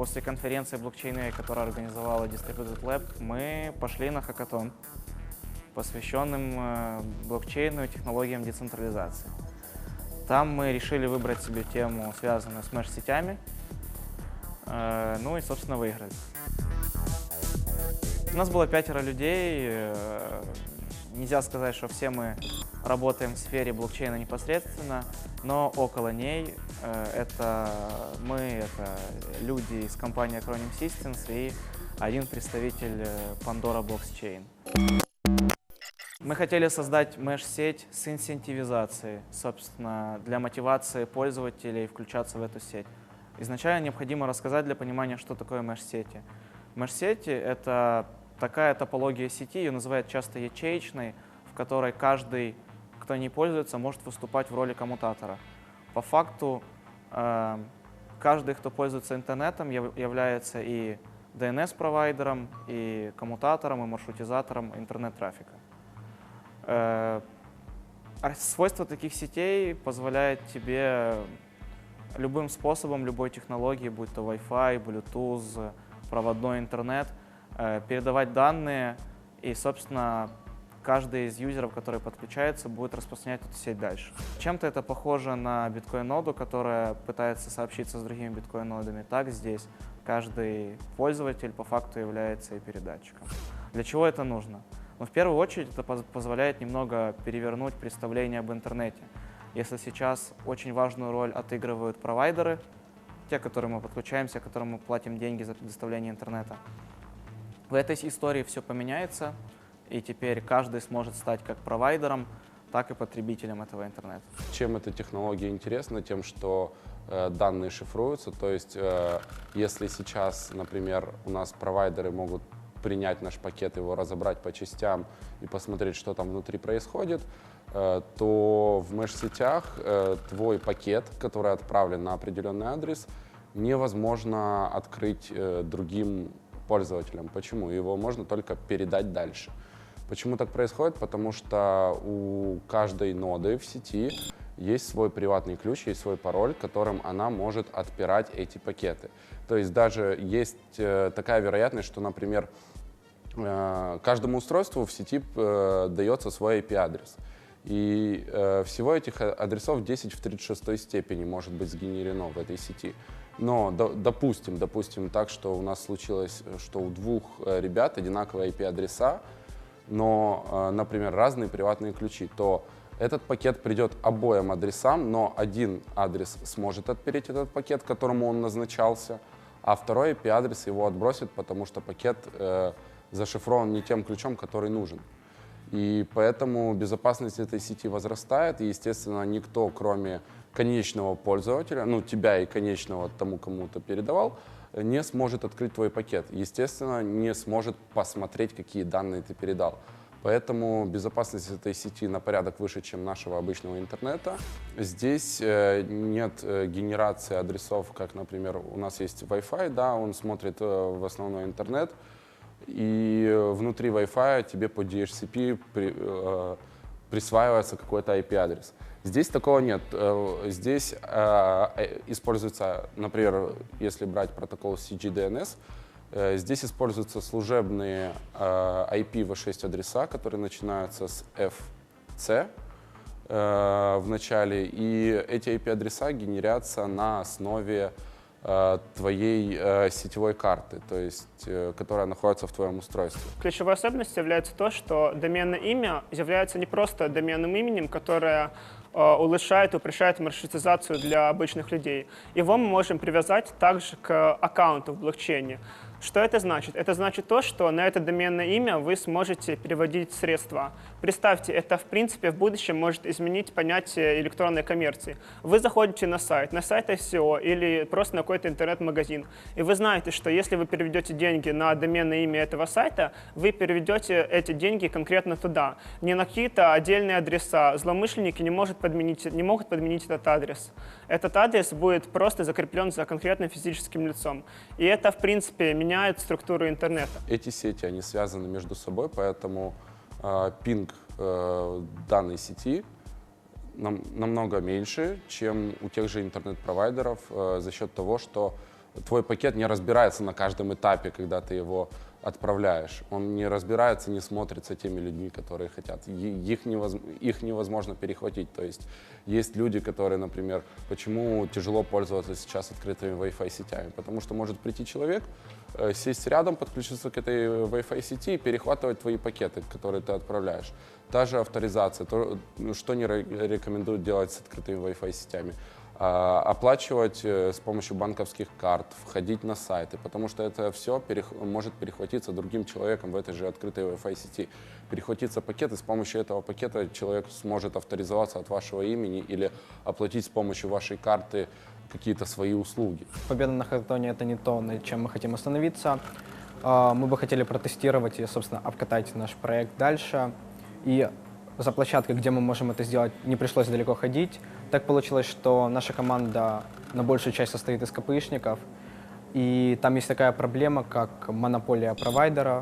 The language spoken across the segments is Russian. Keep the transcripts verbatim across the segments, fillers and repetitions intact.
после конференции блокчейна, которую организовала Distributed Lab, мы пошли на хакатон, посвященным блокчейну и технологиям децентрализации. Там мы решили выбрать себе тему, связанную с меш-сетями, ну и, собственно, выиграли. У нас было пятеро людей. Нельзя сказать, что все мы работаем в сфере блокчейна непосредственно, но около ней. Это мы, это люди из компании Acronym Systems и один представитель Pandora Blockchain. Мы хотели создать меш-сеть с инцентивизацией, собственно, для мотивации пользователей включаться в эту сеть. Изначально необходимо рассказать для понимания, что такое меш-сети. Меш-сети — это такая топология сети, ее называют часто ячеечной, в которой каждый, кто не пользуется, может выступать в роли коммутатора. По факту, э, каждый, кто пользуется интернетом, является и ди эн эс-провайдером, и коммутатором, и маршрутизатором интернет-трафика. Э, свойство таких сетей позволяет тебе любым способом, любой технологией, будь то Wi-Fi, Bluetooth, проводной интернет, передавать данные, и, собственно, каждый из юзеров, который подключается, будет распространять эту сеть дальше. Чем-то это похоже на биткоин-ноду, которая пытается сообщиться с другими биткоин-нодами. Так здесь каждый пользователь по факту является и передатчиком. Для чего это нужно? Ну, в первую очередь, это позволяет немного перевернуть представление об интернете. Если сейчас очень важную роль отыгрывают провайдеры, те, к которым мы подключаемся, которым мы платим деньги за предоставление интернета, в этой истории все поменяется, и теперь каждый сможет стать как провайдером, так и потребителем этого интернета. Чем эта технология интересна? Тем, что э, данные шифруются. То есть, э, если сейчас, например, у нас провайдеры могут принять наш пакет, его разобрать по частям и посмотреть, что там внутри происходит, э, то в меш-сетях э, твой пакет, который отправлен на определенный адрес, невозможно открыть э, другим пользователям. Почему? Его можно только передать дальше. Почему так происходит? Потому что у каждой ноды в сети есть свой приватный ключ, есть свой пароль, которым она может отпирать эти пакеты. То есть даже есть э, такая вероятность, что, например, э, каждому устройству в сети э, дается свой ай пи-адрес. И э, всего этих адресов десять в тридцать шестой степени может быть сгенерено в этой сети. Но до, допустим, допустим так, что у нас случилось, что у двух ребят одинаковые ай пи-адреса, но, э, например, разные приватные ключи, то этот пакет придет обоим адресам, но один адрес сможет отпереть этот пакет, к которому он назначался, а второй ай пи-адрес его отбросит, потому что пакет э, зашифрован не тем ключом, который нужен. И поэтому безопасность этой сети возрастает, и, естественно, никто, кроме конечного пользователя, ну, тебя и конечного тому, кому ты передавал, не сможет открыть твой пакет. Естественно, не сможет посмотреть, какие данные ты передал. Поэтому безопасность этой сети на порядок выше, чем нашего обычного интернета. Здесь э, нет э, генерации адресов, как, например, у нас есть Wi-Fi, да, он смотрит э, в основной интернет, и внутри Wi-Fi тебе по ди эйч си пи при, э, присваивается какой-то ай пи-адрес. Здесь такого нет. Здесь э, используется, например, если брать протокол си джи ди эн эс, э, здесь используются служебные э, ай пи ви шесть адреса, которые начинаются с эф си э, в начале, и эти ай пи-адреса генерятся на основе твоей э, сетевой карты, то есть, э, которая находится в твоем устройстве. Ключевой особенностью является то, что доменное имя является не просто доменным именем, которое э, улучшает и упрощает маршрутизацию для обычных людей. Его мы можем привязать также к аккаунту в блокчейне. Что это значит? Это значит то, что на это доменное имя вы сможете переводить средства. Представьте, это в принципе в будущем может изменить понятие электронной коммерции. Вы заходите на сайт, на сайт ай си о или просто на какой-то интернет-магазин, и вы знаете, что если вы переведете деньги на доменное имя этого сайта, вы переведете эти деньги конкретно туда, не на какие-то отдельные адреса. Злоумышленники не, может подменить, не могут подменить этот адрес. Этот адрес будет просто закреплен за конкретным физическим лицом. И это, в принципе, меняет структуру интернета. Эти сети, они связаны между собой, поэтому э, пинг э, данной сети нам, намного меньше, чем у тех же интернет-провайдеров, э, за счет того, что твой пакет не разбирается на каждом этапе, когда ты его отправляешь. Он не разбирается, не смотрится теми людьми, которые хотят. Их невозможно, их невозможно перехватить. То есть есть люди, которые, например, почему тяжело пользоваться сейчас открытыми Wi-Fi сетями? Потому что может прийти человек, сесть рядом, подключиться к этой Wi-Fi сети и перехватывать твои пакеты, которые ты отправляешь. Та же авторизация, то, что не рекомендуют делать с открытыми Wi-Fi сетями. Оплачивать с помощью банковских карт, входить на сайты, потому что это все перех... может перехватиться другим человеком в этой же открытой Wi-Fi сети. Перехватиться пакет, и с помощью этого пакета человек сможет авторизоваться от вашего имени или оплатить с помощью вашей карты какие-то свои услуги. Победа на хакатоне — это не то, над чем мы хотим остановиться. Мы бы хотели протестировать и, собственно, обкатать наш проект дальше. И за площадкой, где мы можем это сделать, не пришлось далеко ходить. Так получилось, что наша команда на большую часть состоит из КПИшников, и там есть такая проблема, как монополия провайдера,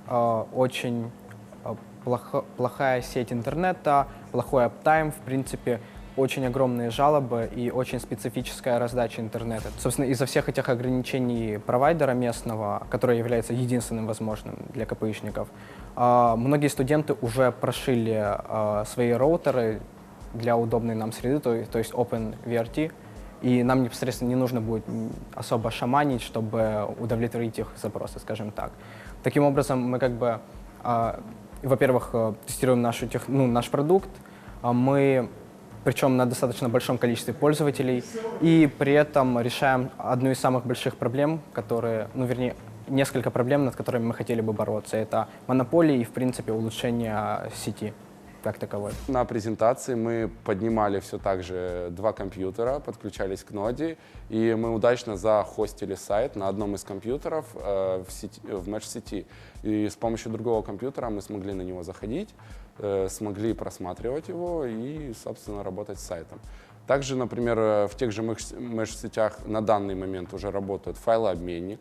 очень плохо, плохая сеть интернета, плохой аптайм, в принципе, очень огромные жалобы и очень специфическая раздача интернета. Собственно, из-за всех этих ограничений провайдера местного, который является единственным возможным для КПИшников, многие студенты уже прошили свои роутеры для удобной нам среды, то, то есть OpenVRT, и нам непосредственно не нужно будет особо шаманить, чтобы удовлетворить их запросы, скажем так. Таким образом, мы как бы, э, во-первых, тестируем нашу тех, ну, наш продукт, э, мы, причем на достаточно большом количестве пользователей, и при этом решаем одну из самых больших проблем, которые, ну, вернее, несколько проблем, над которыми мы хотели бы бороться. Это монополия и, в принципе, улучшение сети как таковой. На презентации мы поднимали все так же два компьютера, подключались к ноде, и мы удачно захостили сайт на одном из компьютеров э, в, сети, в меш-сети. И с помощью другого компьютера мы смогли на него заходить, э, смогли просматривать его и, собственно, работать с сайтом. Также, например, в тех же меш-сетях на данный момент уже работает файлообменник,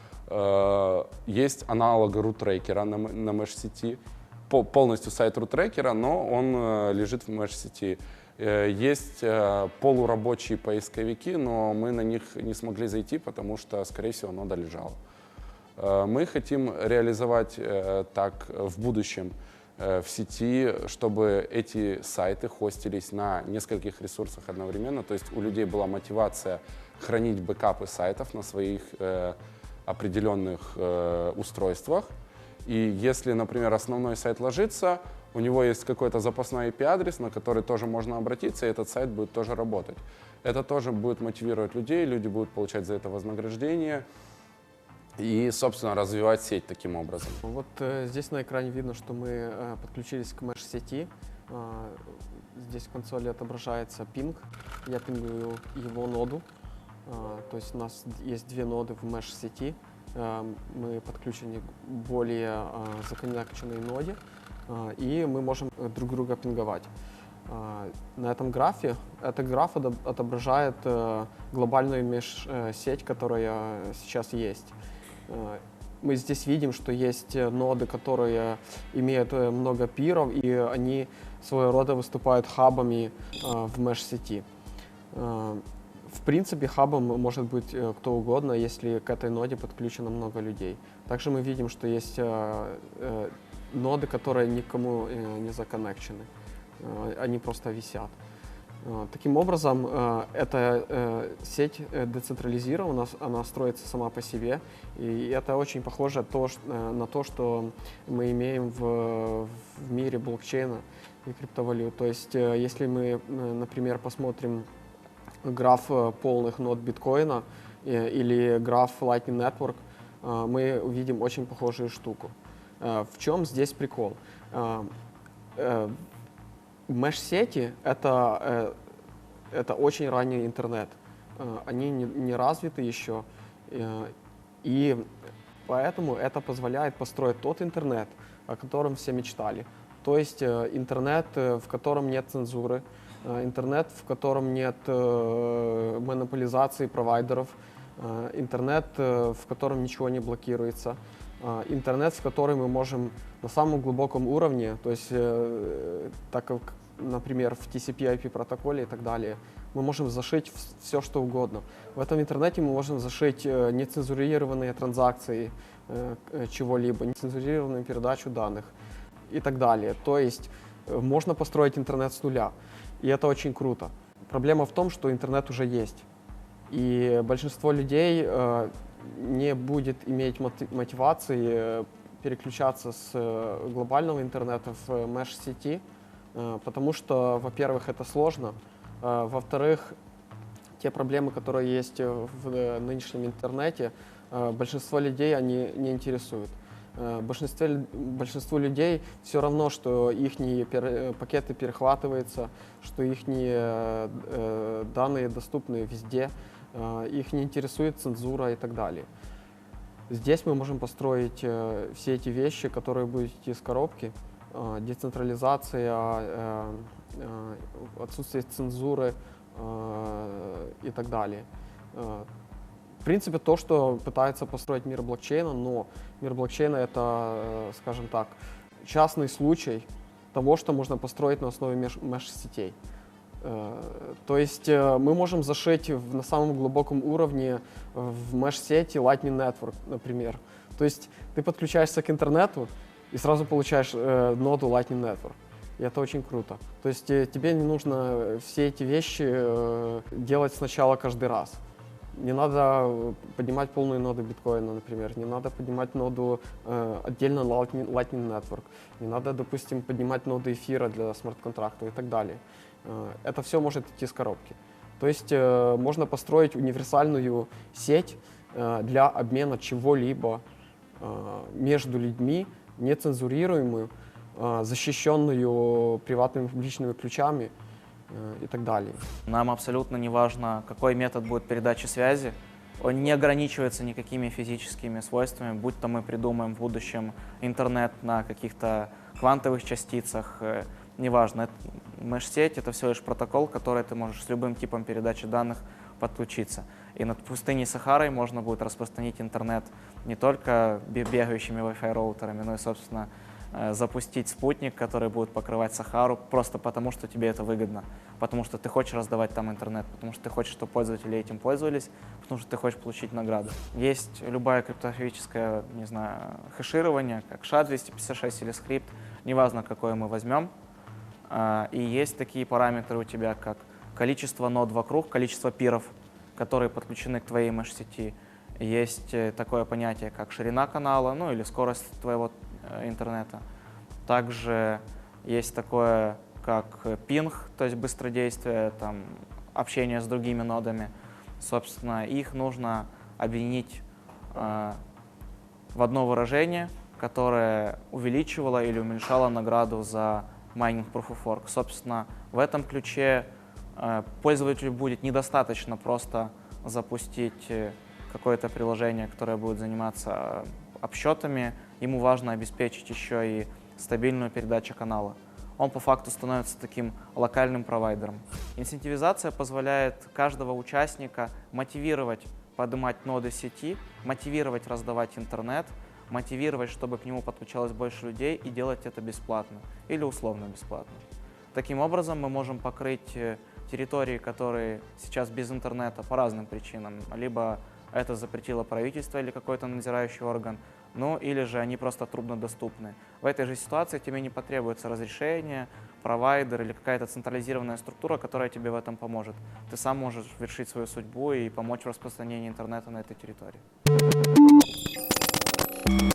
э, есть аналог рут-трекера на, на меш-сети, полностью сайт рут-трекера, но он э, лежит в меш-сети. Э, есть э, полурабочие поисковики, но мы на них не смогли зайти, потому что, скорее всего, нода лежала. Э, мы хотим реализовать э, так в будущем э, в сети, чтобы эти сайты хостились на нескольких ресурсах одновременно, то есть у людей была мотивация хранить бэкапы сайтов на своих э, определенных э, устройствах. И если, например, основной сайт ложится, у него есть какой-то запасной ай пи-адрес, на который тоже можно обратиться, и этот сайт будет тоже работать. Это тоже будет мотивировать людей, люди будут получать за это вознаграждение и, собственно, развивать сеть таким образом. Вот э, здесь на экране видно, что мы э, подключились к меш-сети. Э, здесь в консоли отображается пинг. Я пингую его ноду. Э, то есть у нас есть две ноды в меш-сети. Мы подключены к более законнекченной ноде, и мы можем друг друга пинговать. На этом графе, этот граф отображает глобальную межсеть, которая сейчас есть. Мы здесь видим, что есть ноды, которые имеют много пиров, и они своего рода выступают хабами в межсети. В принципе, хабом может быть кто угодно, если к этой ноде подключено много людей. Также мы видим, что есть э, э, ноды, которые никому э, не законнекчены. Э, они просто висят. Э, таким образом, э, эта э, сеть децентрализирована, она строится сама по себе. И это очень похоже то, что, э, на то, что мы имеем в, в мире блокчейна и криптовалют. То есть, э, если мы, э, например, посмотрим граф полных нод биткоина или граф Lightning Network, мы увидим очень похожую штуку. В чем здесь прикол? Меш-сети — это, это очень ранний интернет. Они не, не развиты еще, и поэтому это позволяет построить тот интернет, о котором все мечтали. То есть интернет, в котором нет цензуры, интернет, в котором нет э, монополизации провайдеров, э, интернет, э, в котором ничего не блокируется, э, интернет, в который мы можем на самом глубоком уровне, то есть э, так как например, в ти си пи ай пи протоколе и так далее. Мы можем зашить все, что угодно. В этом интернете мы можем зашить э, нецензурированные транзакции э, чего-либо, нецензурированную передачу данных и так далее. То есть э, можно построить интернет с нуля, и это очень круто. Проблема в том, что интернет уже есть, и большинство людей э, не будет иметь мотивации э, переключаться с э, глобального интернета в меш-сети, э, потому что, во-первых, это сложно, э, во-вторых, те проблемы, которые есть в э, нынешнем интернете, э, большинство людей они не интересуют. Э, большинство, большинству людей все равно, что их пер, пакеты перехватываются, что их э, э, данные доступны везде, э, их не интересует цензура и так далее. Здесь мы можем построить э, все эти вещи, которые будут идти из коробки. Э, децентрализация, э, э, отсутствие цензуры э, и так далее. Э, в принципе, то, что пытается построить мир блокчейна, но мир блокчейна — это, э, скажем так, частный случай того, что можно построить на основе меш- меш-сетей. То есть мы можем зашить на самом глубоком уровне в меш-сети Lightning Network, например. То есть ты подключаешься к интернету и сразу получаешь ноду Lightning Network. И это очень круто. То есть тебе не нужно все эти вещи делать сначала каждый раз. Не надо поднимать полную ноду биткоина, например. Не надо поднимать ноду э, отдельно Lightning, Lightning Network. Не надо, допустим, поднимать ноду эфира для смарт-контракта и так далее. Э, это все может идти с коробки. То есть э, можно построить универсальную сеть э, для обмена чего-либо э, между людьми, нецензурируемую, э, защищенную приватными публичными ключами и так далее. Нам абсолютно не важно, какой метод будет передачи связи. Он не ограничивается никакими физическими свойствами, будь то мы придумаем в будущем интернет на каких-то квантовых частицах, э, неважно. Меш-сеть — это всего лишь протокол, который ты можешь с любым типом передачи данных подключиться. И над пустыней Сахарой можно будет распространить интернет не только бегающими Wi-Fi роутерами, но и, собственно, запустить спутник, который будет покрывать Сахару, просто потому, что тебе это выгодно, потому что ты хочешь раздавать там интернет, потому что ты хочешь, чтобы пользователи этим пользовались, потому что ты хочешь получить награду. Есть любая криптографическое, не знаю, хэширование, как ша двести пятьдесят шесть или скрипт, неважно, какое мы возьмем. И есть такие параметры у тебя, как количество нод вокруг, количество пиров, которые подключены к твоей меш-сети. Есть такое понятие, как ширина канала, ну или скорость твоего интернета. Также есть такое, как пинг, то есть быстродействие, там, общение с другими нодами. Собственно, их нужно объединить э, в одно выражение, которое увеличивало или уменьшало награду за майнинг Proof of Work. Собственно, в этом ключе э, пользователю будет недостаточно просто запустить какое-то приложение, которое будет заниматься обсчетами. Ему важно обеспечить еще и стабильную передачу канала. Он по факту становится таким локальным провайдером. Инцентивизация позволяет каждого участника мотивировать поднимать ноды сети, мотивировать раздавать интернет, мотивировать, чтобы к нему подключалось больше людей, и делать это бесплатно или условно бесплатно. Таким образом, мы можем покрыть территории, которые сейчас без интернета по разным причинам. Либо это запретило правительство или какой-то надзирающий орган, ну или же они просто труднодоступны. В этой же ситуации тебе не потребуется разрешение, провайдер или какая-то централизированная структура, которая тебе в этом поможет. Ты сам можешь вершить свою судьбу и помочь в распространении интернета на этой территории.